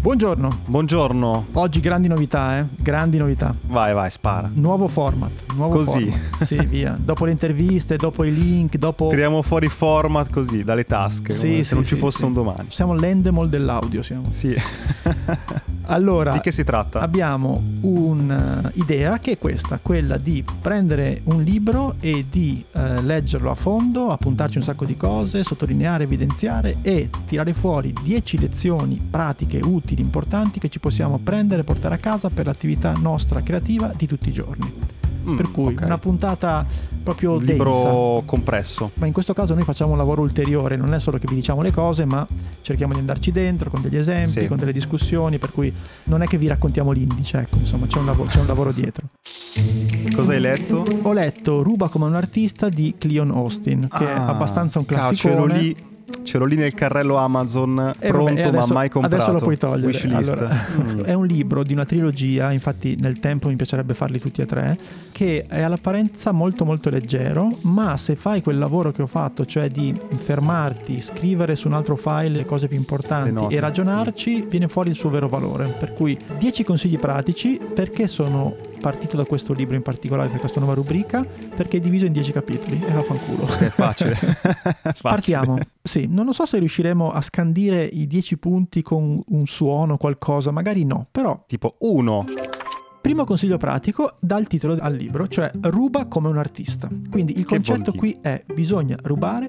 Buongiorno. Buongiorno. Oggi grandi novità, Grandi novità. Vai, spara. Nuovo format. Così. Sì, via. Dopo le interviste, dopo i link, dopo... Tiriamo fuori format così, dalle tasche, sì, se non ci fosse un domani. Siamo l'endemol dell'audio, siamo. Sì. Allora, di che si tratta? Abbiamo un'idea che è questa, quella di prendere un libro e di leggerlo a fondo, appuntarci un sacco di cose, sottolineare, evidenziare e tirare fuori 10 lezioni pratiche, utili, importanti che ci possiamo prendere e portare a casa per l'attività nostra creativa di tutti i giorni. Per cui una puntata proprio un densa. Libro compresso. Ma in questo caso noi facciamo un lavoro ulteriore, non è solo che vi diciamo le cose, ma cerchiamo di andarci dentro con degli esempi, sì, con delle discussioni, per cui non è che vi raccontiamo l'indice, ecco, insomma c'è un lavoro dietro. Cosa hai letto? Ho letto Ruba come un artista di Cleon Austin, che è abbastanza un classicone. Ce l'ho lì nel carrello Amazon, pronto adesso, ma mai comprato. Adesso lo puoi togliere. Wishlist. Allora, è un libro di una trilogia, infatti nel tempo mi piacerebbe farli tutti e tre, che è all'apparenza molto molto leggero, ma se fai quel lavoro che ho fatto, cioè di fermarti, scrivere su un altro file le cose più importanti e ragionarci, viene fuori il suo vero valore. Per cui 10 consigli pratici. Perché sono partito da questo libro in particolare, per questa nuova rubrica? Perché è diviso in 10 capitoli e vaffanculo. È facile. Partiamo. Sì, non so se riusciremo a scandire i 10 punti con un suono, qualcosa, magari no, però... Tipo 1. Primo consiglio pratico, dà il titolo al libro, cioè ruba come un artista. Quindi il concetto qui è: bisogna rubare,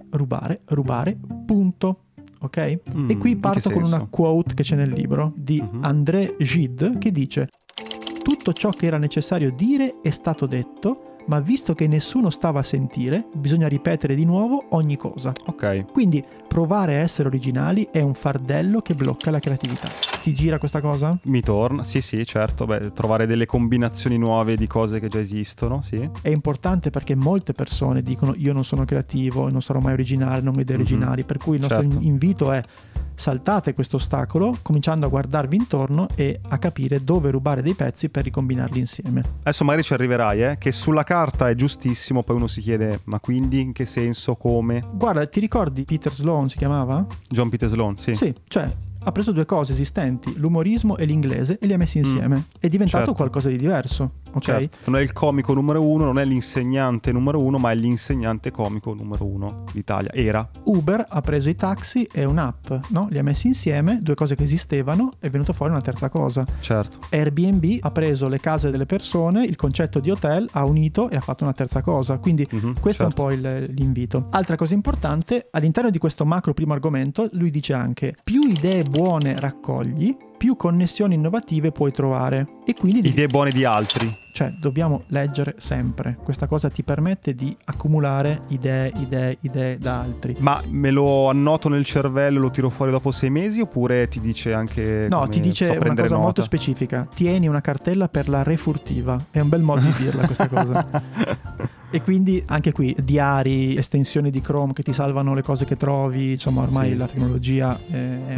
punto. Ok? E qui parto con una quote che c'è nel libro di André Gide, che dice: tutto ciò che era necessario dire è stato detto, ma visto che nessuno stava a sentire, bisogna ripetere di nuovo ogni cosa. Ok. Quindi provare a essere originali è un fardello che blocca la creatività. Ti gira questa cosa? Mi torna, sì, certo. Trovare delle combinazioni nuove di cose che già esistono, sì. È importante perché molte persone dicono: io non sono creativo, non sarò mai originale, non ho idee originali, per cui il nostro invito è: saltate questo ostacolo cominciando a guardarvi intorno e a capire dove rubare dei pezzi per ricombinarli insieme. Adesso magari ci arriverai, che sulla carta è giustissimo, poi uno si chiede: ma quindi in che senso, come? Guarda, ti ricordi Peter Sloan si chiamava? John Peter Sloan, sì. Sì, cioè ha preso due cose esistenti, l'umorismo e l'inglese, e li ha messi insieme. È diventato qualcosa di diverso, ok? Certo. Non è il comico numero 1, non è l'insegnante numero 1, ma è l'insegnante comico numero 1 d'Italia. Era. Uber ha preso i taxi e un'app, no? Li ha messi insieme, due cose che esistevano, è venuto fuori una terza cosa. Certo. Airbnb ha preso le case delle persone, il concetto di hotel, ha unito e ha fatto una terza cosa. Quindi questo è un po' l'invito. Altra cosa importante, all'interno di questo macro primo argomento, lui dice anche: più idee buone raccogli, più connessioni innovative puoi trovare. E quindi idee buone di altri. Cioè dobbiamo leggere sempre. Questa cosa ti permette di accumulare idee da altri. Ma me lo annoto nel cervello e lo tiro fuori dopo 6 mesi, oppure ti dice anche... No, ti dice una cosa molto specifica: tieni una cartella per la refurtiva. È un bel modo di dirla questa cosa. E quindi anche qui diari, estensioni di Chrome che ti salvano le cose che trovi, insomma ormai la tecnologia è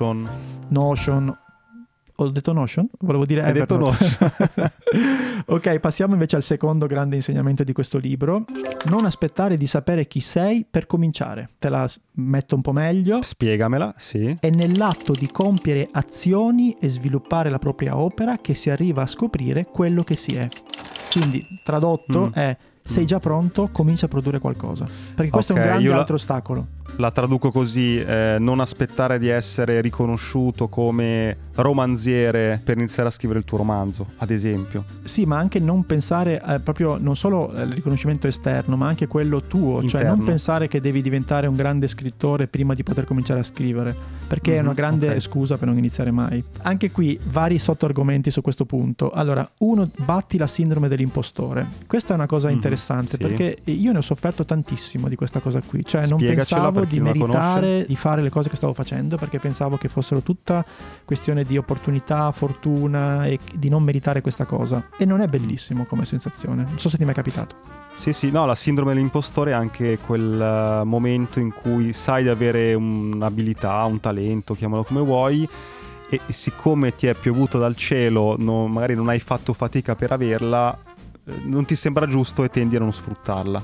Notion. Ho detto Notion? Volevo dire Hai detto Notion. Ok, passiamo invece al secondo grande insegnamento di questo libro: non aspettare di sapere chi sei per cominciare. Te la metto un po' meglio. Spiegamela, sì. È nell'atto di compiere azioni e sviluppare la propria opera che si arriva a scoprire quello che si è. Quindi tradotto è: sei già pronto, comincia a produrre qualcosa. Perché questo è un grande altro ostacolo. La traduco così: non aspettare di essere riconosciuto come romanziere per iniziare a scrivere il tuo romanzo, ad esempio. Sì, ma anche non pensare proprio non solo il riconoscimento esterno, ma anche quello tuo. Interno. Cioè non pensare che devi diventare un grande scrittore prima di poter cominciare a scrivere, perché è una grande scusa per non iniziare mai. Anche qui vari sottoargomenti su questo punto. Allora, uno, batti la sindrome dell'impostore. Questa è una cosa interessante, perché io ne ho sofferto tantissimo di questa cosa qui. Cioè non pensavo di meritare di fare le cose che stavo facendo, perché pensavo che fossero tutta questione di opportunità, fortuna, e di non meritare questa cosa. E non è bellissimo come sensazione. Non so se ti è mai capitato. Sì, no, la sindrome dell'impostore è anche quel momento in cui sai di avere un'abilità, un talento, chiamalo come vuoi, e siccome ti è piovuto dal cielo, magari non hai fatto fatica per averla, non ti sembra giusto e tendi a non sfruttarla.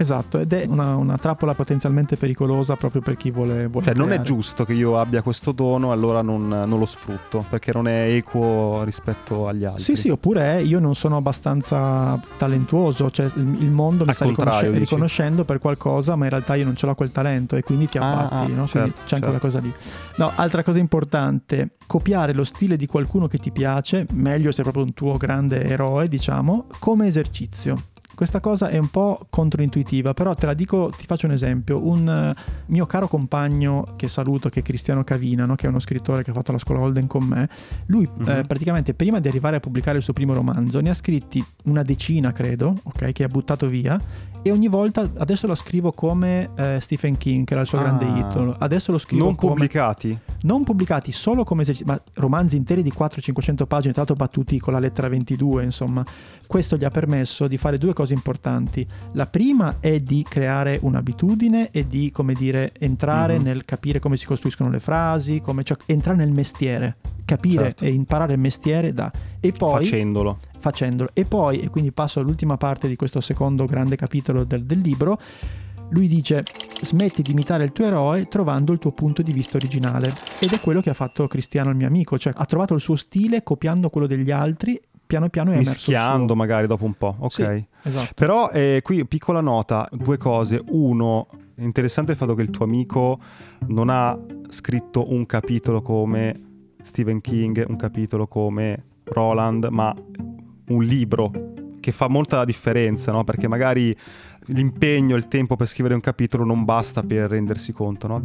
Esatto, ed è una trappola potenzialmente pericolosa proprio per chi vuole cioè creare. non è giusto che io abbia questo dono, allora non lo sfrutto, perché non è equo rispetto agli altri. Sì, oppure io non sono abbastanza talentuoso, cioè il mondo mi sta riconoscendo per qualcosa, ma in realtà io non ce l'ho quel talento e quindi ti abbatti, no? Quindi c'è anche quella cosa lì. No, altra cosa importante, copiare lo stile di qualcuno che ti piace, meglio se è proprio un tuo grande eroe, diciamo, come esercizio. Questa cosa è un po' controintuitiva, però te la dico, ti faccio un esempio. Un mio caro compagno che saluto, che è Cristiano Cavina, no? Che è uno scrittore che ha fatto la scuola Holden con me, lui praticamente prima di arrivare a pubblicare il suo primo romanzo ne ha scritti una decina, credo, ok, che ha buttato via, e ogni volta adesso lo scrivo come Stephen King, che era il suo grande hit. Adesso lo scrivo non pubblicati? Non pubblicati, solo come esercizio, ma romanzi interi di 400-500 pagine, tra l'altro battuti con la lettera 22, insomma. Questo gli ha permesso di fare due cose importanti. La prima è di creare un'abitudine e di, come dire, entrare nel capire come si costruiscono le frasi, cioè entrare nel mestiere, capire e imparare il mestiere e poi facendolo. E poi, e quindi passo all'ultima parte di questo secondo grande capitolo del libro, lui dice: smetti di imitare il tuo eroe trovando il tuo punto di vista originale. Ed è quello che ha fatto Cristiano, il mio amico, cioè ha trovato il suo stile copiando quello degli altri, piano piano è emerso mischiando magari dopo un po', ok. Sì, esatto. Però qui piccola nota, due cose. Uno, è interessante il fatto che il tuo amico non ha scritto un capitolo come Stephen King, un capitolo come Roland, ma un libro, che fa molta differenza, no? Perché magari l'impegno, il tempo per scrivere un capitolo non basta per rendersi conto, no?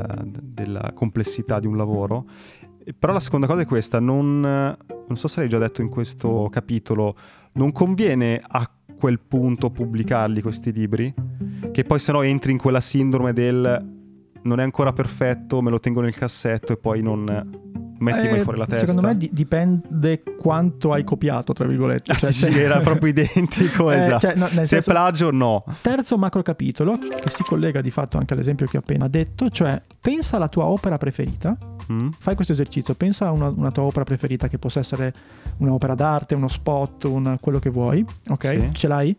della complessità di un lavoro. Però la seconda cosa è questa, non so se l'hai già detto in questo capitolo, non conviene a quel punto pubblicarli questi libri, che poi sennò entri in quella sindrome del non è ancora perfetto, me lo tengo nel cassetto e poi non metti mai fuori la testa. Secondo me dipende quanto hai copiato, tra virgolette. Cioè, sì, era proprio identico, esatto. Cioè, no, se è plagio, no. Terzo macro capitolo, che si collega di fatto anche all'esempio che ho appena detto, cioè pensa alla tua opera preferita. Fai questo esercizio, pensa a una tua opera preferita, che possa essere un'opera d'arte, uno spot, quello che vuoi, ok? Sì. Ce l'hai?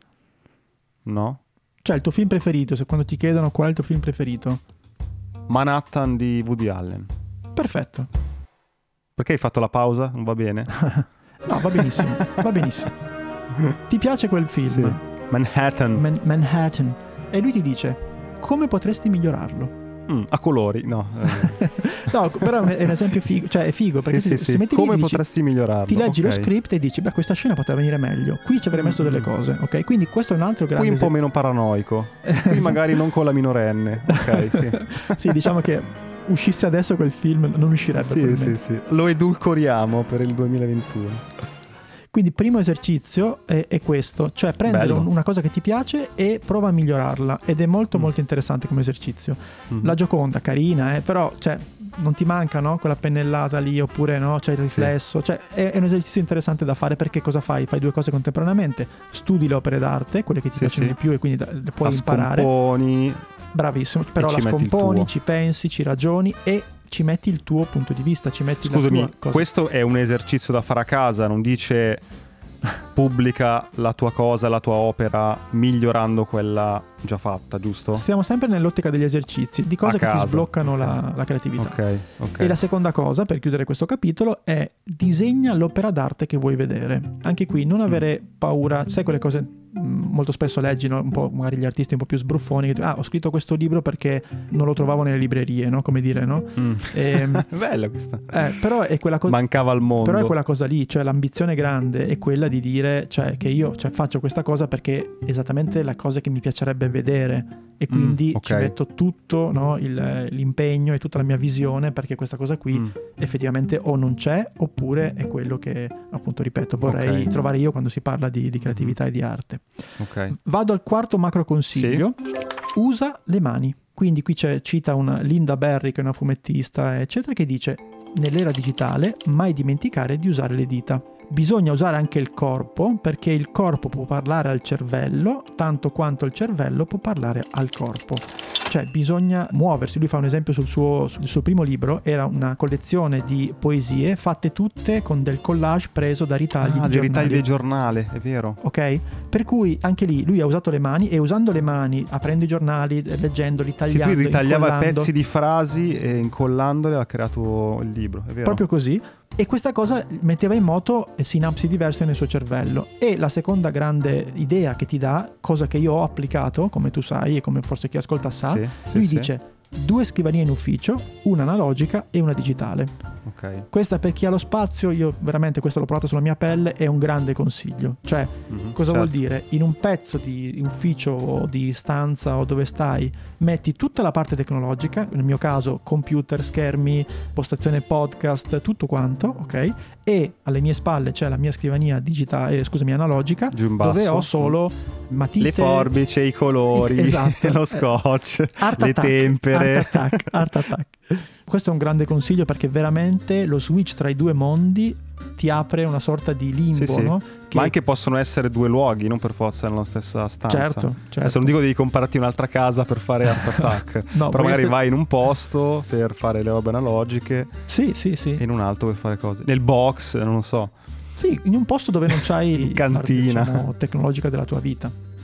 No. Cioè il tuo film preferito, se quando ti chiedono qual è il tuo film preferito? Manhattan di Woody Allen. Perfetto. Perché hai fatto la pausa? Non va bene? No, va benissimo, va benissimo. Ti piace quel film? Sì. Manhattan. Manhattan. E lui ti dice: come potresti migliorarlo? A colori, no. No, però è un esempio figo, cioè è figo, perché se metti come lì, potresti migliorarlo? Ti leggi lo script e dici: beh, questa scena poteva venire meglio, qui ci avrei messo delle cose, ok? Quindi questo è un altro grande qui un po' meno paranoico, qui magari non con la minorenne, ok, sì. Sì, diciamo che uscisse adesso quel film non uscirebbe. Sì. Lo edulcoriamo per il 2021. Quindi primo esercizio è questo, cioè prendere una cosa che ti piace e prova a migliorarla, ed è molto molto interessante come esercizio. La Gioconda, carina, però cioè, non ti manca, no? Quella pennellata lì, oppure no? C'è il riflesso, cioè è un esercizio interessante da fare, perché cosa fai? Fai due cose contemporaneamente, studi le opere d'arte, quelle che ti piacciono di più e quindi le puoi imparare. Scomponi. Bravissimo, però la scomponi, ci pensi, ci ragioni e ci metti il tuo punto di vista, ci metti Scusami, la tua cosa. Questo è un esercizio da fare a casa, non dice pubblica la tua cosa, la tua opera migliorando quella già fatta, giusto? Stiamo sempre nell'ottica degli esercizi, di cose che ti sbloccano la creatività. Ok. E la seconda cosa, per chiudere questo capitolo, è disegna l'opera d'arte che vuoi vedere. Anche qui non avere paura, sai quelle cose molto spesso leggi, no? Un po' magari gli artisti un po' più sbruffoni che ho scritto questo libro perché non lo trovavo nelle librerie, no? Come dire, no? Bella questa. Però è quella cosa, mancava al mondo. Però è quella cosa lì, cioè l'ambizione grande è quella di dire, cioè, che io faccio questa cosa perché è esattamente la cosa che mi piacerebbe vedere, e quindi ci metto tutto, no? L'impegno e tutta la mia visione perché questa cosa qui effettivamente o non c'è, oppure è quello che, appunto, ripeto, vorrei trovare io quando si parla di creatività e di arte. Vado al quarto macro consiglio. Usa le mani. Quindi qui cita una Linda Berry, che è una fumettista, eccetera, che dice: nell'era digitale mai dimenticare di usare le dita. Bisogna usare anche il corpo, perché il corpo può parlare al cervello tanto quanto il cervello può parlare al corpo. Cioè bisogna muoversi. Lui fa un esempio sul suo primo libro, era una collezione di poesie fatte tutte con del collage preso da ritagli di giornali. Ritagli dei giornali, è vero. Ok? Per cui anche lì lui ha usato le mani, e usando le mani, aprendo i giornali, leggendoli, tagliando, lui ritagliava incollando, pezzi di frasi e incollandole ha creato il libro, è vero. Proprio così. E questa cosa metteva in moto sinapsi diverse nel suo cervello. E la seconda grande idea che ti dà, cosa che io ho applicato, come tu sai e come forse chi ascolta sa, lui dice 2 scrivanie in ufficio, una analogica e una digitale. Okay. Questa per chi ha lo spazio, io veramente questo l'ho provato sulla mia pelle, è un grande consiglio. Cioè, cosa vuol dire? In un pezzo di ufficio o di stanza o dove stai, metti tutta la parte tecnologica, nel mio caso computer, schermi, postazione podcast, tutto quanto, ok? E alle mie spalle c'è la mia scrivania digitale, analogica, dove ho solo matite, le forbici, i colori, esatto, lo scotch, le tempere. Art Attack. Questo è un grande consiglio, perché veramente lo switch tra i due mondi ti apre una sorta di limbo, no? Ma anche possono essere 2 luoghi, non per forza nella stessa stanza. Certo. Adesso non dico devi comprarti un'altra casa per fare Art Attack, no, però magari vai in un posto per fare le robe analogiche, sì, e in un altro per fare cose, nel box, non lo so. Sì, in un posto dove non c'hai cantina, parte, diciamo, tecnologica della tua vita.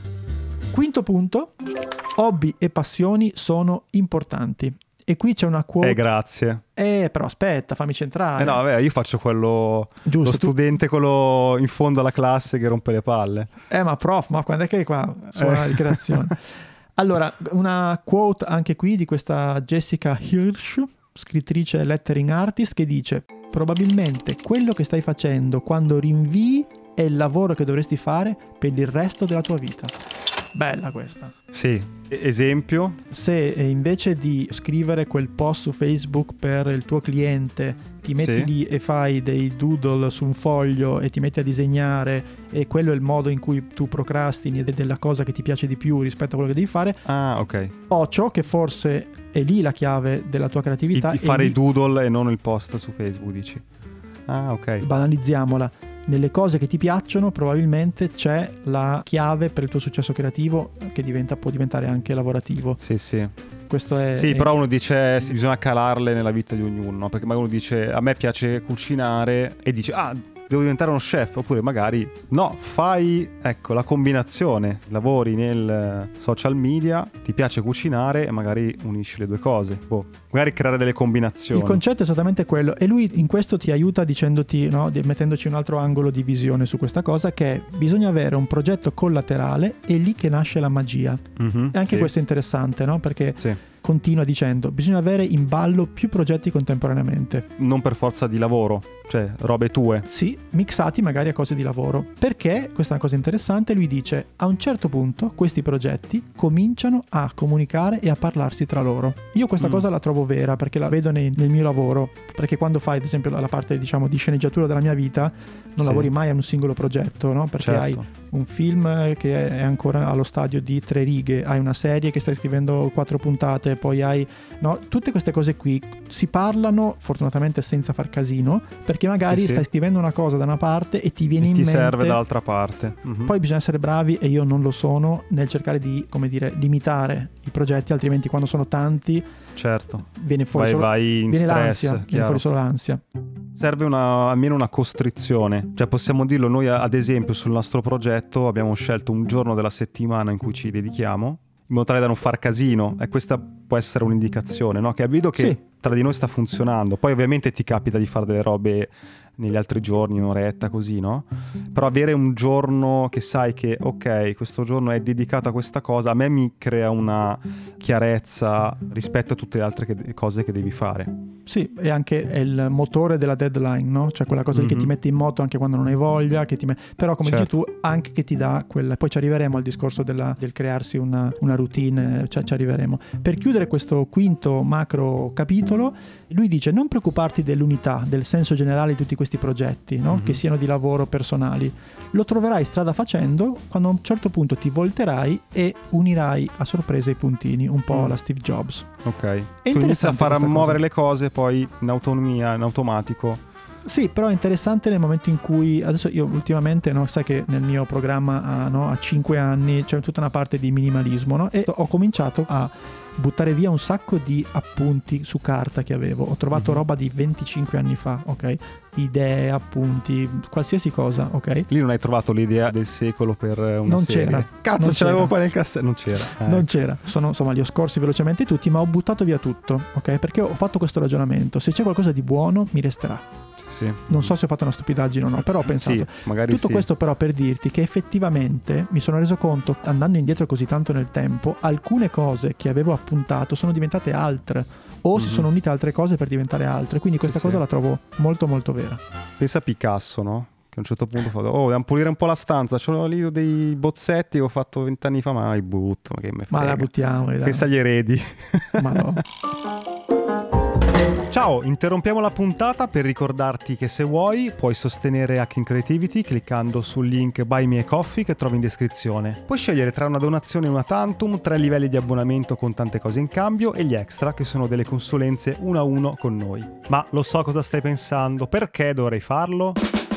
Quinto punto: hobby e passioni sono importanti. E qui c'è una quote. Grazie. Però aspetta, fammi centrare. No, vabbè, io faccio quello. Giusto, lo studente, quello in fondo alla classe che rompe le palle. Ma prof, ma quando è che qua suona la ricreazione? Allora, una quote anche qui di questa Jessica Hirsch, scrittrice lettering artist, che dice: probabilmente quello che stai facendo quando rinvii è il lavoro che dovresti fare per il resto della tua vita. Bella questa. Sì. Esempio? Se invece di scrivere quel post su Facebook per il tuo cliente ti metti lì e fai dei doodle su un foglio e ti metti a disegnare, e quello è il modo in cui tu procrastini ed è della cosa che ti piace di più rispetto a quello che devi fare. Ok. Ocio, che forse è lì la chiave della tua creatività. Di fare i doodle e non il post su Facebook, dici? Ok. Banalizziamola. Nelle cose che ti piacciono probabilmente c'è la chiave per il tuo successo creativo, che può diventare anche lavorativo. Sì. Questo è. Sì, però uno dice bisogna calarle nella vita di ognuno, no? Perché magari uno dice a me piace cucinare e dice devo diventare uno chef, oppure magari no, fai la combinazione, lavori nel social media, ti piace cucinare e magari unisci le due cose, magari creare delle combinazioni. Il concetto è esattamente quello, e lui in questo ti aiuta dicendoti, no, mettendoci un altro angolo di visione su questa cosa, che è: bisogna avere un progetto collaterale, è lì che nasce la magia. E anche questo è interessante, no? Perché continua dicendo: bisogna avere in ballo più progetti contemporaneamente, non per forza di lavoro, cioè robe tue, mixati magari a cose di lavoro. Perché, questa è una cosa interessante, lui dice: a un certo punto questi progetti cominciano a comunicare e a parlarsi tra loro. Io questa cosa la trovo vera, perché la vedo nel mio lavoro, perché quando fai ad esempio la parte, diciamo, di sceneggiatura della mia vita, non lavori mai a un singolo progetto, no? Perché hai un film che è ancora allo stadio di 3 righe, hai una serie che stai scrivendo 4 puntate, poi hai, no, tutte queste cose qui si parlano fortunatamente senza far casino, perché magari stai scrivendo una cosa da una parte e ti viene in mente, ti serve dall'altra parte. Poi bisogna essere bravi, e io non lo sono, nel cercare di, come dire, limitare i progetti, altrimenti quando sono tanti viene fuori viene fuori solo l'ansia. Serve almeno una costrizione, cioè possiamo dirlo noi, ad esempio sul nostro progetto abbiamo scelto un giorno della settimana in cui ci dedichiamo, in modo tale da non far casino, e questa può essere un'indicazione, no? Che vedo che tra di noi sta funzionando. Poi ovviamente ti capita di fare delle robe negli altri giorni, un'oretta così, no? Però avere un giorno che sai che questo giorno è dedicato a questa cosa, a me mi crea una chiarezza rispetto a tutte le altre cose che devi fare. Sì, e anche è il motore della deadline, no? Cioè quella cosa che ti mette in moto anche quando non hai voglia, però come dici tu, anche che ti dà quella. Poi ci arriveremo al discorso del crearsi una routine, ci arriveremo. Per chiudere questo quinto macro capitolo, lui dice: non preoccuparti dell'unità, del senso generale di tutti questi progetti, no? Che siano di lavoro, personali. Lo troverai strada facendo, quando a un certo punto ti volterai e unirai a sorpresa i puntini, un po' alla Steve Jobs. Tu inizi a far muovere le cose poi in autonomia, in automatico. Sì, però è interessante nel momento in cui adesso io ultimamente, no, sai che nel mio programma a 5 anni c'è tutta una parte di minimalismo, no? E ho cominciato a buttare via un sacco di appunti su carta che avevo. Ho trovato roba di 25 anni fa, ok? Idee, appunti, qualsiasi cosa, ok? Lì non hai trovato l'idea del secolo per una non serie? C'era. Cazzo, non ce l'avevo c'era. qua nel cassetto. Non c'era. Non c'era. Insomma, li ho scorsi velocemente tutti, ma ho buttato via tutto, ok? Perché ho fatto questo ragionamento. Se c'è qualcosa di buono, mi resterà. Sì. Non so se ho fatto una stupidaggine o no, però ho pensato. Sì, magari tutto sì. questo però per dirti che effettivamente mi sono reso conto, andando indietro così tanto nel tempo, alcune cose che avevo appuntato sono diventate altre o si sono unite altre cose per diventare altre, quindi questa cosa la trovo molto molto vera. Pensa a Picasso, no? Che a un certo punto fa dobbiamo pulire un po' la stanza, c'ho lì dei bozzetti che ho fatto 20 anni fa, ma li butto, ma che me frega. Ma la buttiamo, pensa agli eredi. Ma no. Ciao, interrompiamo la puntata per ricordarti che se vuoi puoi sostenere Hacking Creativity cliccando sul link Buy Me a Coffee che trovi in descrizione. Puoi scegliere tra una donazione e una tantum, 3 livelli di abbonamento con tante cose in cambio e gli extra che sono delle consulenze 1 a 1 con noi. Ma lo so cosa stai pensando, perché dovrei farlo?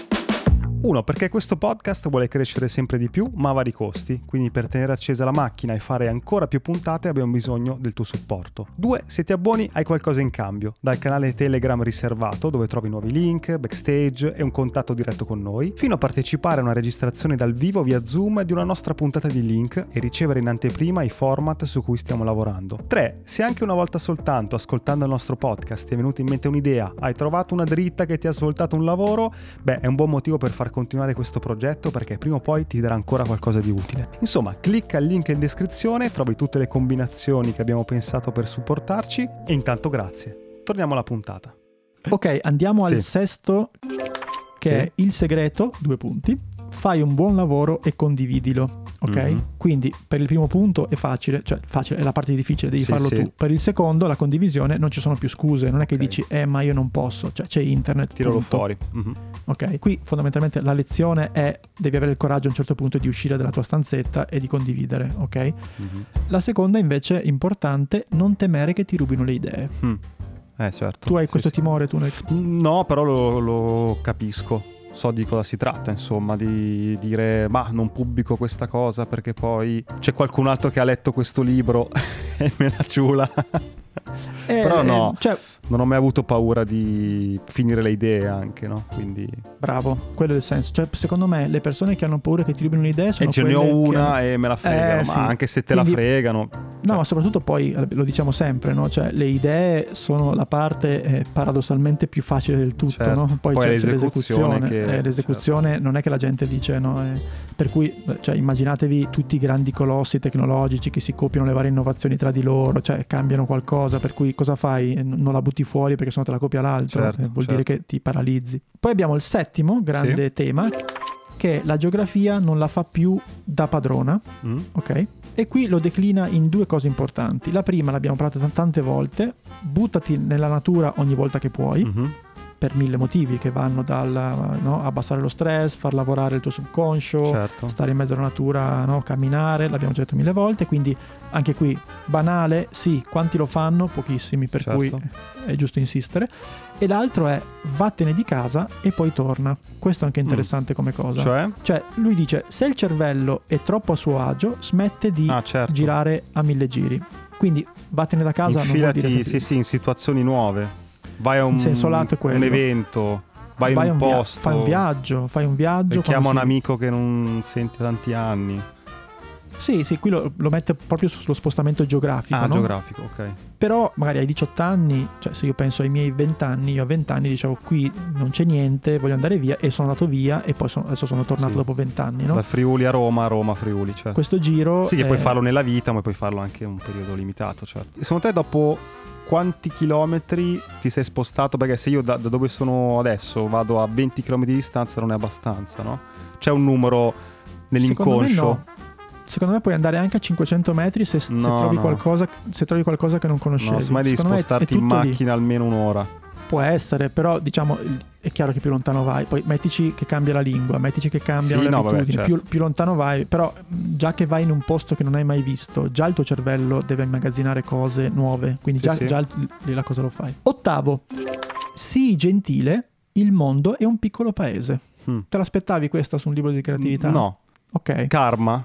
1. Perché questo podcast vuole crescere sempre di più, ma a vari costi, quindi per tenere accesa la macchina e fare ancora più puntate abbiamo bisogno del tuo supporto. 2. Se ti abboni hai qualcosa in cambio, dal canale Telegram riservato dove trovi nuovi link, backstage e un contatto diretto con noi, fino a partecipare a una registrazione dal vivo via Zoom di una nostra puntata di Link e ricevere in anteprima i format su cui stiamo lavorando. 3. Se anche una volta soltanto ascoltando il nostro podcast ti è venuta in mente un'idea, hai trovato una dritta che ti ha svoltato un lavoro, è un buon motivo per far continuare questo progetto perché prima o poi ti darà ancora qualcosa di utile. Insomma, clicca il link in descrizione, trovi tutte le combinazioni che abbiamo pensato per supportarci e intanto grazie. Torniamo alla puntata. Ok, andiamo al sesto che è il segreto, 2 punti. Fai un buon lavoro e condividilo, ok? Quindi per il primo punto è facile, cioè facile, è la parte difficile, devi farlo tu. Per il secondo, la condivisione, non ci sono più scuse, non è che dici ma io non posso, cioè c'è internet, tiralo fuori. Ok, qui fondamentalmente la lezione è devi avere il coraggio a un certo punto di uscire dalla tua stanzetta e di condividere, ok? La seconda invece importante, non temere che ti rubino le idee. Certo. Tu hai questo timore? Tu No, però lo capisco. So di cosa si tratta, insomma, di dire ma non pubblico questa cosa perché poi c'è qualcun altro che ha letto questo libro e me la ciula. Però no, non ho mai avuto paura di finire le idee anche, no? Quindi bravo, quello è il senso. Cioè, secondo me le persone che hanno paura che ti rubino un'idea sono e ce ne ho una e me la fregano, ma anche se te la fregano. No, ma soprattutto poi lo diciamo sempre, no? Cioè le idee sono la parte paradossalmente più facile del tutto, no? Poi c'è l'esecuzione. L'esecuzione non è che la gente dice, no? Per cui, cioè, immaginatevi tutti i grandi colossi tecnologici che si copiano le varie innovazioni tra di loro, cioè cambiano qualcosa, per cui cosa fai? Non la butti fuori perché sennò te la copia l'altro, vuol dire che ti paralizzi. Poi abbiamo il settimo grande tema, che la geografia non la fa più da padrona, ok? E qui lo declina in 2 cose importanti. La prima, l'abbiamo parlato tante volte, buttati nella natura ogni volta che puoi, per 1000 motivi che vanno dal abbassare lo stress, far lavorare il tuo subconscio, stare in mezzo alla natura, camminare, l'abbiamo già detto 1000 volte, quindi anche qui banale, sì, quanti lo fanno? Pochissimi, per cui è giusto insistere. E l'altro è vattene di casa e poi torna. Questo è anche interessante come cosa. Cioè lui dice, se il cervello è troppo a suo agio, smette di girare a 1000 giri. Quindi vattene da casa, non vuol dire in situazioni nuove. Vai a un evento, vai in un posto, fai un viaggio. Chiama un amico che non senti da tanti anni. Sì, qui lo mette proprio sullo spostamento geografico. Geografico, ok. Però magari ai 18 anni, cioè se io penso ai miei 20 anni, io a 20 anni dicevo qui non c'è niente, voglio andare via, e sono andato via e poi adesso sono tornato dopo 20 anni, no? Da Friuli a Roma, Friuli, cioè. Questo giro... Sì, che puoi farlo nella vita, ma puoi farlo anche in un periodo limitato, certo. Secondo te dopo quanti chilometri ti sei spostato? Perché se io da dove sono adesso vado a 20 km di distanza non è abbastanza, no? C'è un numero nell'inconscio? Secondo me puoi andare anche a 500 metri se trovi qualcosa che non conoscevi. No, secondo me devi spostarti in macchina almeno un'ora. Può essere, però diciamo è chiaro che più lontano vai. Poi mettici che cambia la lingua, mettici che cambiano le abitudini, più lontano vai. Però già che vai in un posto che non hai mai visto, già il tuo cervello deve immagazzinare cose nuove. Quindi già lì la cosa lo fai. Ottavo, sii gentile il mondo è un piccolo paese. Te l'aspettavi questa su un libro di creatività? No. Ok. Karma?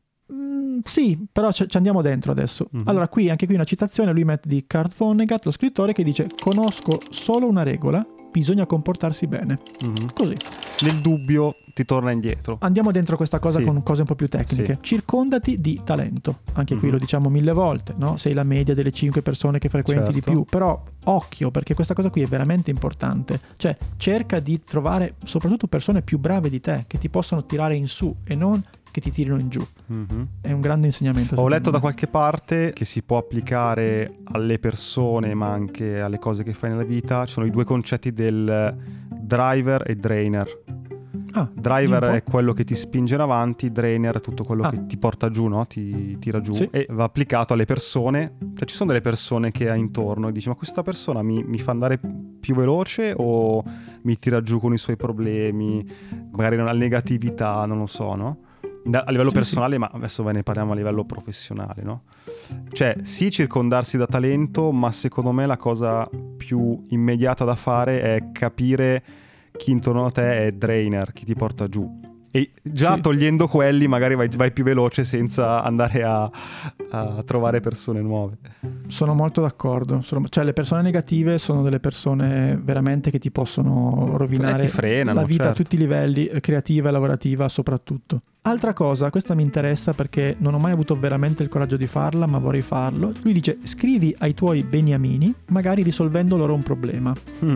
Sì, però ci andiamo dentro adesso. Allora, anche qui una citazione, lui mette di Kurt Vonnegut, lo scrittore, che dice: conosco solo una regola, bisogna comportarsi bene. Così. Nel dubbio ti torna indietro. Andiamo dentro questa cosa con cose un po' più tecniche. Sì. Circondati di talento. Anche qui lo diciamo 1000 volte, no? Sei la media delle 5 persone che frequenti di più. Però occhio, perché questa cosa qui è veramente importante. Cioè, cerca di trovare soprattutto persone più brave di te, che ti possono tirare in su e non che ti tirino in giù. È un grande insegnamento. Ho letto da qualche parte che si può applicare alle persone ma anche alle cose che fai nella vita. Ci sono i due concetti del driver e drainer. Driver è quello che ti spinge in avanti, drainer è tutto quello che ti porta giù, no? Ti tira giù. Sì. E va applicato alle persone. Cioè, ci sono delle persone che hai intorno e dici: ma questa persona mi fa andare più veloce o mi tira giù con i suoi problemi, magari la negatività, non lo so, no? A livello personale, ma adesso ne parliamo a livello professionale, no? Cioè, sì, circondarsi da talento, ma secondo me la cosa più immediata da fare è capire chi intorno a te è drainer, chi ti porta giù. E già togliendo quelli magari vai più veloce senza andare a trovare persone nuove. Sono molto d'accordo. Cioè, le persone negative sono delle persone veramente che ti possono rovinare ti frenano, la vita a tutti i livelli, creativa e lavorativa soprattutto. Altra cosa, questa mi interessa perché non ho mai avuto veramente il coraggio di farla, ma vorrei farlo. Lui dice: scrivi ai tuoi beniamini, magari risolvendo loro un problema.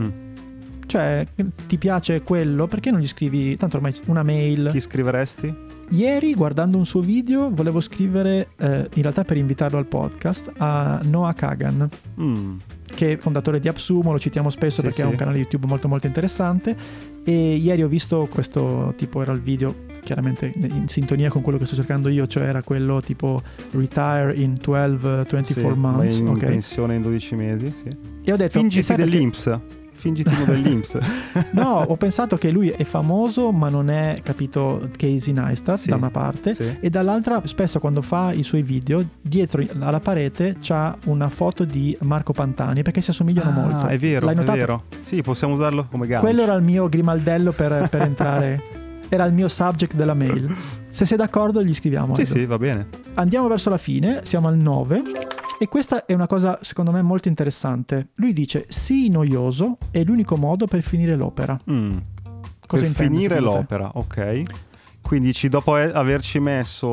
Cioè, ti piace quello? Perché non gli scrivi tanto ormai una mail? Chi scriveresti? Ieri, guardando un suo video, volevo scrivere, in realtà per invitarlo al podcast, a Noah Kagan, che è fondatore di AppSumo, lo citiamo spesso perché ha un canale YouTube molto molto interessante. E ieri ho visto questo tipo, era il video chiaramente in sintonia con quello che sto cercando io, cioè era quello tipo retire in 12-24 months. In pensione in 12 mesi, sì. E ho detto: fingiti dell'Inps. Fingiti dell'Inps. No, ho pensato che lui è famoso ma non è, capito, Casey Neistat da una parte e dall'altra spesso quando fa i suoi video dietro alla parete c'ha una foto di Marco Pantani perché si assomigliano molto. È vero, l'hai notato? È vero. Sì, possiamo usarlo come gancio. Quello era il mio grimaldello per entrare. Era il mio subject della mail. Se sei d'accordo gli scriviamo. Sì, va bene. Andiamo verso la fine, siamo al 9. E questa è una cosa secondo me molto interessante. Lui dice: sii noioso è l'unico modo per finire l'opera. Cosa per finire l'opera, ok. Quindi dopo averci messo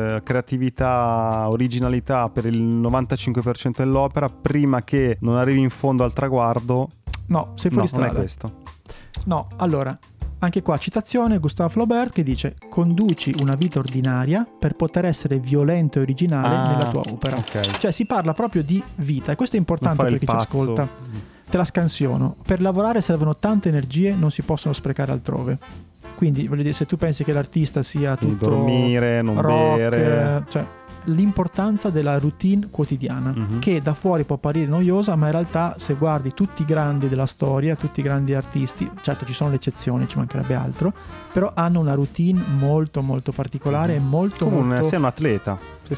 creatività, originalità per il 95% dell'opera, prima che non arrivi in fondo al traguardo... No, sei fuori strada. Non è questo. No, allora... Anche qua citazione Gustave Flaubert che dice: conduci una vita ordinaria per poter essere violento e originale nella tua opera. Okay. Cioè si parla proprio di vita e questo è importante per chi ci ascolta. Te la scansiono. Per lavorare servono tante energie, non si possono sprecare altrove. Quindi voglio dire, se tu pensi che l'artista sia tutto dormire, non rock, bere, cioè l'importanza della routine quotidiana che da fuori può apparire noiosa, ma in realtà se guardi tutti i grandi della storia, tutti i grandi artisti, certo ci sono le eccezioni, ci mancherebbe altro, però hanno una routine molto molto particolare e molto come molto... sei un atleta.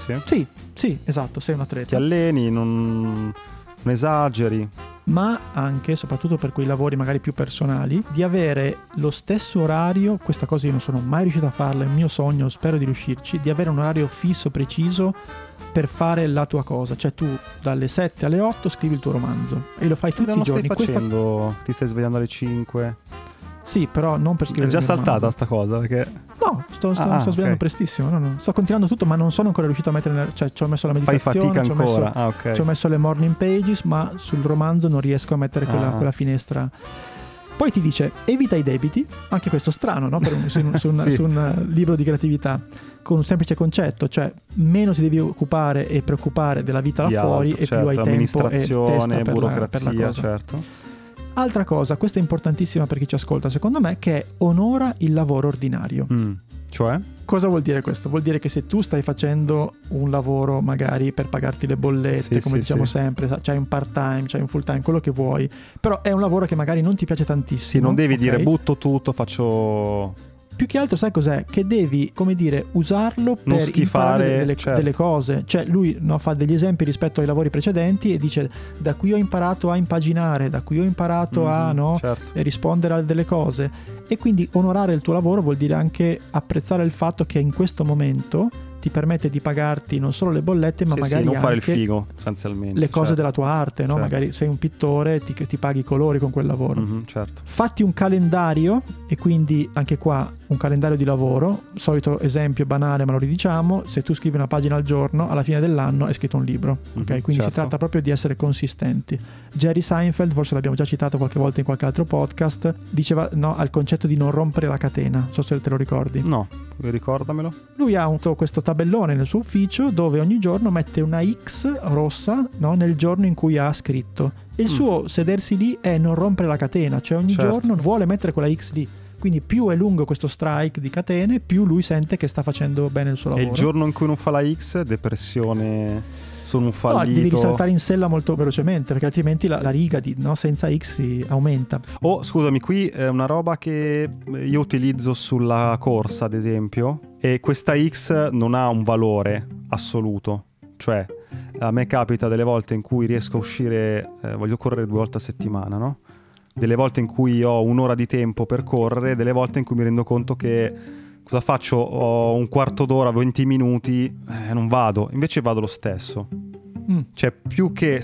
Sì, esatto, sei un atleta, ti alleni, non esageri, ma anche, soprattutto per quei lavori magari più personali, di avere lo stesso orario. Questa cosa io non sono mai riuscito a farla, è un mio sogno, spero di riuscirci, di avere un orario fisso, preciso per fare la tua cosa. Cioè tu dalle 7 alle 8 scrivi il tuo romanzo e lo fai tutti i giorni. Stai facendo? Ti stai svegliando alle 5? Sì, però non per scrivere. È già saltata sta cosa perché... No, sto svegliando prestissimo. No. Sto continuando tutto, ma non sono ancora riuscito a mettere. Cioè, ci ho messo la meditazione. Fai fatica ancora. Ci ho messo le morning pages, ma sul romanzo non riesco a mettere quella finestra. Poi ti dice: evita i debiti. Anche questo strano, no? Su un libro di creatività. Con un semplice concetto, cioè meno ti devi occupare e preoccupare della vita là fuori, e più hai tempo amministrazione, e testa burocrazia, per la cosa. Certo. Altra cosa, questa è importantissima per chi ci ascolta, secondo me, che è onora il lavoro ordinario. Cioè? Cosa vuol dire questo? Vuol dire che se tu stai facendo un lavoro magari per pagarti le bollette, diciamo sempre, c'hai un part time, c'hai un full time, quello che vuoi, però è un lavoro che magari non ti piace tantissimo. Sì, non devi dire butto tutto, faccio più che altro sai cos'è? Che devi, come dire, usarlo per imparare delle cose. Cioè lui fa degli esempi rispetto ai lavori precedenti e dice: da qui ho imparato a impaginare, da qui ho imparato a rispondere a delle cose. E quindi onorare il tuo lavoro vuol dire anche apprezzare il fatto che in questo momento ti permette di pagarti non solo le bollette, ma magari non anche fare il figo, sostanzialmente, le cose della tua arte, no? Magari sei un pittore, ti paghi i colori con quel lavoro. Fatti un calendario, e quindi anche qua un calendario di lavoro. Solito esempio banale, ma lo ridiciamo: se tu scrivi una pagina al giorno, alla fine dell'anno hai scritto un libro, ok? Quindi si tratta proprio di essere consistenti. Jerry Seinfeld, forse l'abbiamo già citato qualche volta in qualche altro podcast, diceva al concetto di non rompere la catena. Non so se te lo ricordi. No, ricordamelo. Lui ha questo tabellone nel suo ufficio dove ogni giorno mette una X rossa, no, nel giorno in cui ha scritto, e il suo sedersi lì è non rompere la catena, cioè ogni giorno vuole mettere quella X lì. Quindi più è lungo questo strike di catene, più lui sente che sta facendo bene il suo lavoro. E il giorno in cui non fa la X, depressione, sono un fallito. No, devi risaltare in sella molto velocemente, perché altrimenti la riga senza X si aumenta. Scusami, qui è una roba che io utilizzo sulla corsa, ad esempio, e questa X non ha un valore assoluto. Cioè, a me capita delle volte in cui riesco a uscire, voglio correre 2 volte a settimana, no? Delle volte in cui ho un'ora di tempo per correre, delle volte in cui mi rendo conto che cosa faccio? Ho un quarto d'ora, 20 minuti, non vado, invece vado lo stesso. Cioè, più che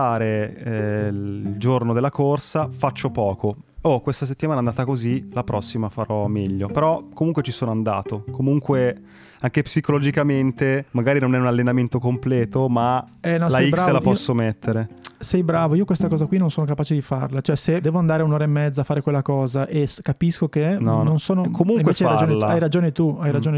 saltare il giorno della corsa, faccio poco. Questa settimana è andata così, la prossima farò meglio. Però comunque ci sono andato. Comunque anche psicologicamente magari non è un allenamento completo, ma la X bravo. La posso mettere. Sei bravo, io questa cosa qui non sono capace di farla. Cioè, se devo andare un'ora e mezza a fare quella cosa e capisco che non sono... Comunque farla. Hai ragione tu.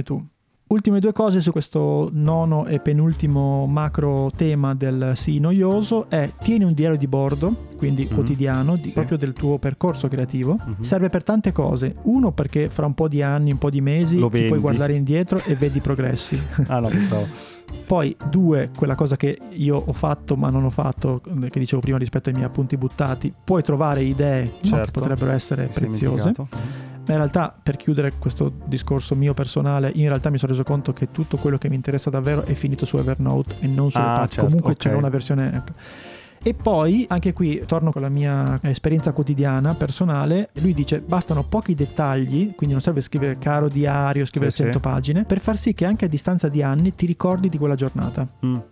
Ultime 2 cose su questo nono e penultimo macro tema del sì noioso è: tieni un diario di bordo, quindi quotidiano, proprio del tuo percorso creativo. Serve per tante cose. 1, perché fra un po' di anni, un po' di mesi ti puoi guardare indietro e vedi i progressi. Pensavo. Poi 2, quella cosa che io ho fatto ma non ho fatto, che dicevo prima rispetto ai miei appunti buttati, puoi trovare idee che potrebbero essere preziose. Ma in realtà, per chiudere questo discorso mio personale, in realtà mi sono reso conto che tutto quello che mi interessa davvero è finito su Evernote e non sulle pagine. Comunque c'è una versione... E poi, anche qui, torno con la mia esperienza quotidiana, personale. Lui dice: bastano pochi dettagli, quindi non serve scrivere caro diario, scrivere 100 pagine, per far sì che anche a distanza di anni ti ricordi di quella giornata.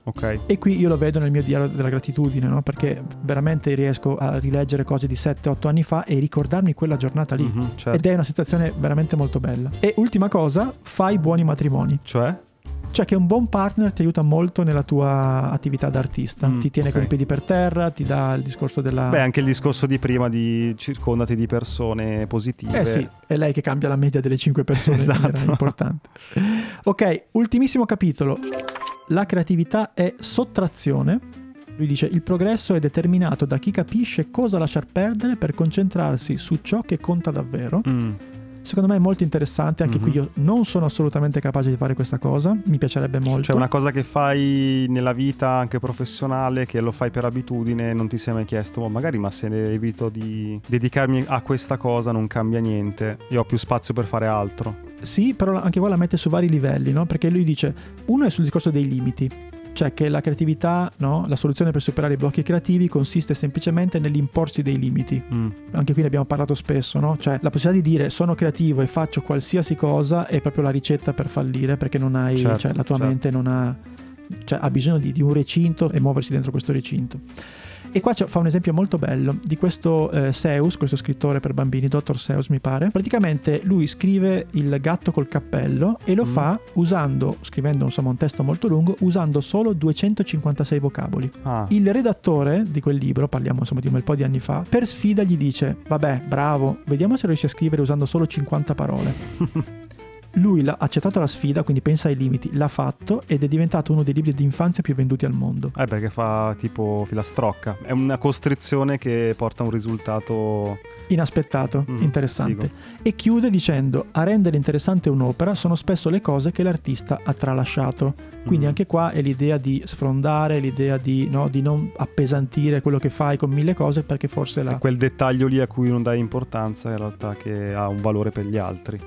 E qui io lo vedo nel mio diario della gratitudine, no? Perché veramente riesco a rileggere cose di 7-8 anni fa e ricordarmi quella giornata lì. Ed è una sensazione veramente molto bella. E ultima cosa, fai buoni matrimoni. Cioè che un buon partner ti aiuta molto nella tua attività d'artista, ti tiene con i piedi per terra, ti dà il discorso della... anche il discorso di prima di circondati di persone positive. Sì, è lei che cambia la media delle 5 persone, è importante. Ok, ultimissimo capitolo. La creatività è sottrazione. Lui dice: il progresso è determinato da chi capisce cosa lasciar perdere per concentrarsi su ciò che conta davvero. Secondo me è molto interessante, anche qui io non sono assolutamente capace di fare questa cosa, mi piacerebbe molto. Cioè una cosa che fai nella vita anche professionale, che lo fai per abitudine, non ti sei mai chiesto ma se ne evito di dedicarmi a questa cosa non cambia niente, io ho più spazio per fare altro. Sì, però anche qua la mette su vari livelli, no? Perché lui dice: uno è sul discorso dei limiti, cioè che la creatività, no? La soluzione per superare i blocchi creativi consiste semplicemente nell'imporsi dei limiti. Anche qui ne abbiamo parlato spesso, no? Cioè la possibilità di dire sono creativo e faccio qualsiasi cosa è proprio la ricetta per fallire, perché non hai, cioè la tua mente non ha, cioè ha bisogno di un recinto e muoversi dentro questo recinto. E qua fa un esempio molto bello di questo Seuss, questo scrittore per bambini, Dr. Seuss mi pare. Praticamente lui scrive il gatto col cappello e lo fa scrivendo insomma un testo molto lungo, usando solo 256 vocaboli. Il redattore di quel libro, parliamo insomma di un bel po' di anni fa, per sfida gli dice: vabbè, bravo, vediamo se riesci a scrivere usando solo 50 parole. Lui ha accettato la sfida, quindi pensa ai limiti, l'ha fatto ed è diventato uno dei libri di infanzia più venduti al mondo. Perché fa tipo filastrocca, è una costrizione che porta a un risultato inaspettato, interessante. Figo. E chiude dicendo: a rendere interessante un'opera sono spesso le cose che l'artista ha tralasciato. Quindi anche qua è l'idea di sfrondare, l'idea di non appesantire quello che fai con 1000 cose, perché forse è quel dettaglio lì a cui non dai importanza in realtà, che ha un valore per gli altri.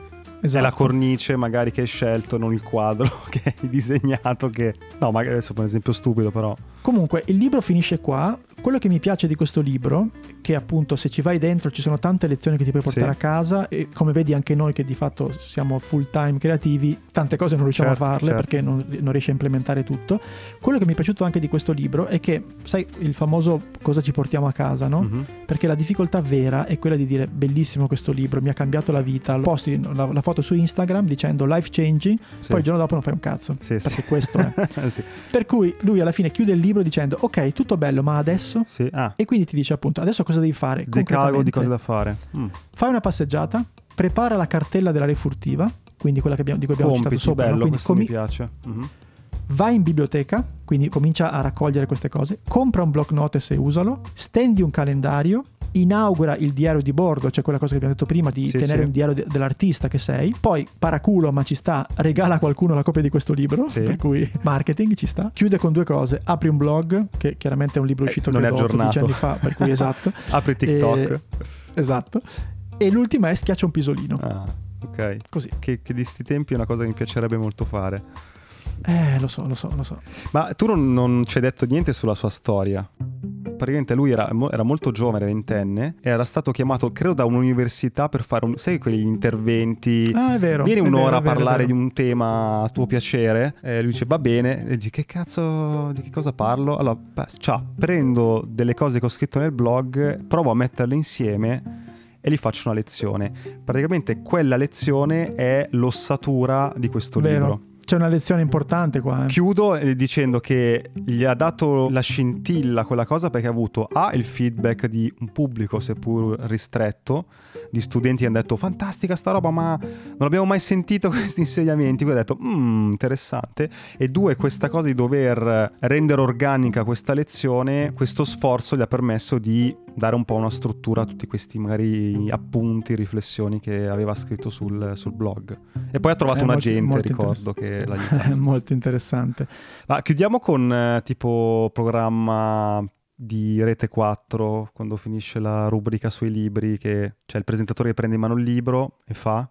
È la cornice magari che hai scelto, non il quadro che hai disegnato, che... No, magari adesso per un esempio stupido, però... Comunque, il libro finisce qua. Quello che mi piace di questo libro, che appunto se ci vai dentro ci sono tante lezioni che ti puoi portare a casa, e come vedi anche noi che di fatto siamo full time creativi, tante cose non riusciamo a farle perché non riesci a implementare tutto. Quello che mi è piaciuto anche di questo libro è che, sai, il famoso cosa ci portiamo a casa, no? Perché la difficoltà vera è quella di dire bellissimo questo libro, mi ha cambiato la vita, posti la foto su Instagram dicendo life changing, poi il giorno dopo non fai un cazzo, perché questo è. Per cui lui alla fine chiude il libro dicendo ok, tutto bello, ma adesso? E quindi ti dice appunto adesso cosa devi fare? Decalogo di cose da fare. Fai una passeggiata, prepara la cartella della refurtiva, quindi quella di cui abbiamo citato sopra, bello, quindi mi piace. Vai in biblioteca, quindi comincia a raccogliere queste cose, compra un block notes e usalo, stendi un calendario, inaugura il diario di bordo, cioè quella cosa che abbiamo detto prima di tenere un diario dell'artista che sei, poi paraculo ma ci sta, regala a qualcuno la copia di questo libro, per cui marketing ci sta, chiude con 2 cose, apri un blog, che chiaramente è un libro uscito non è aggiornato 12 anni fa, per cui esatto. Apri TikTok. Esatto. E l'ultima è schiaccia un pisolino. Ok. Così. Che di sti tempi è una cosa che mi piacerebbe molto fare. Lo so. Ma tu non ci hai detto niente sulla sua storia. Praticamente lui era molto giovane, ventenne, e era stato chiamato, credo, da un'università per fare sai quegli interventi. È vero. Vieni un'ora a parlare di un tema a tuo piacere. E lui dice va bene. E dice che cazzo, di che cosa parlo? Allora, prendo delle cose che ho scritto nel blog, provo a metterle insieme e gli faccio una lezione. Praticamente quella lezione è l'ossatura di questo libro. C'è una lezione importante qua. Chiudo dicendo che gli ha dato la scintilla quella cosa perché ha avuto il feedback di un pubblico seppur ristretto, di studenti che hanno detto fantastica sta roba ma non abbiamo mai sentito questi insegnamenti, quindi ha detto interessante, e 2, questa cosa di dover rendere organica questa lezione, questo sforzo gli ha permesso di dare un po' una struttura a tutti questi magari appunti, riflessioni che aveva scritto sul blog, e poi ha trovato un agente, ricordo, che l'ha aiutato. È molto interessante. Ma chiudiamo con tipo programma di Rete 4, quando finisce la rubrica sui libri, che c'è il presentatore che prende in mano il libro e fa...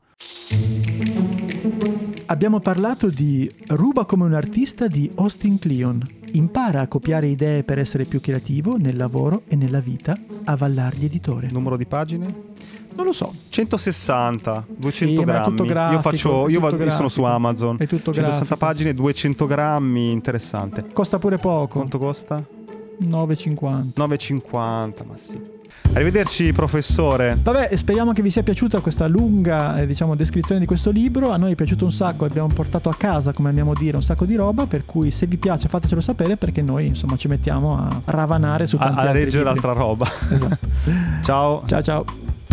Abbiamo parlato di Ruba come un artista di Austin Kleon. Impara a copiare idee per essere più creativo nel lavoro e nella vita a Vallardi Editore. Numero di pagine? Non lo so. 160, 200 grammi. È tutto grafico, io sono su Amazon. È tutto 160 grafico. pagine, 200 grammi, interessante. Costa pure poco. Quanto costa? 9,50. 9,50, ma sì. Arrivederci professore. Vabbè, speriamo che vi sia piaciuta questa lunga descrizione di questo libro. A noi è piaciuto un sacco, abbiamo portato a casa, come amiamo dire, un sacco di roba, per cui se vi piace fatecelo sapere, perché noi insomma ci mettiamo a ravanare su tanti a altri leggere libri. altra roba. Esatto. Ciao.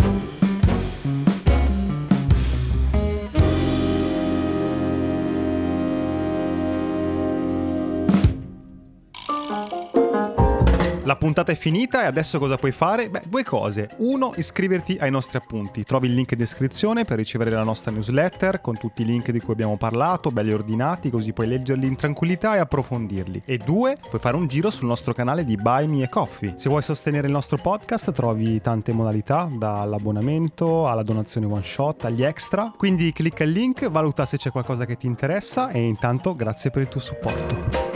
La puntata è finita e adesso cosa puoi fare? 2 cose. 1, iscriverti ai nostri appunti. Trovi il link in descrizione per ricevere la nostra newsletter con tutti i link di cui abbiamo parlato, belli ordinati, così puoi leggerli in tranquillità e approfondirli. E 2, puoi fare un giro sul nostro canale di Buy Me a Coffee. Se vuoi sostenere il nostro podcast trovi tante modalità, dall'abbonamento alla donazione one shot, agli extra. Quindi clicca il link, valuta se c'è qualcosa che ti interessa e intanto grazie per il tuo supporto.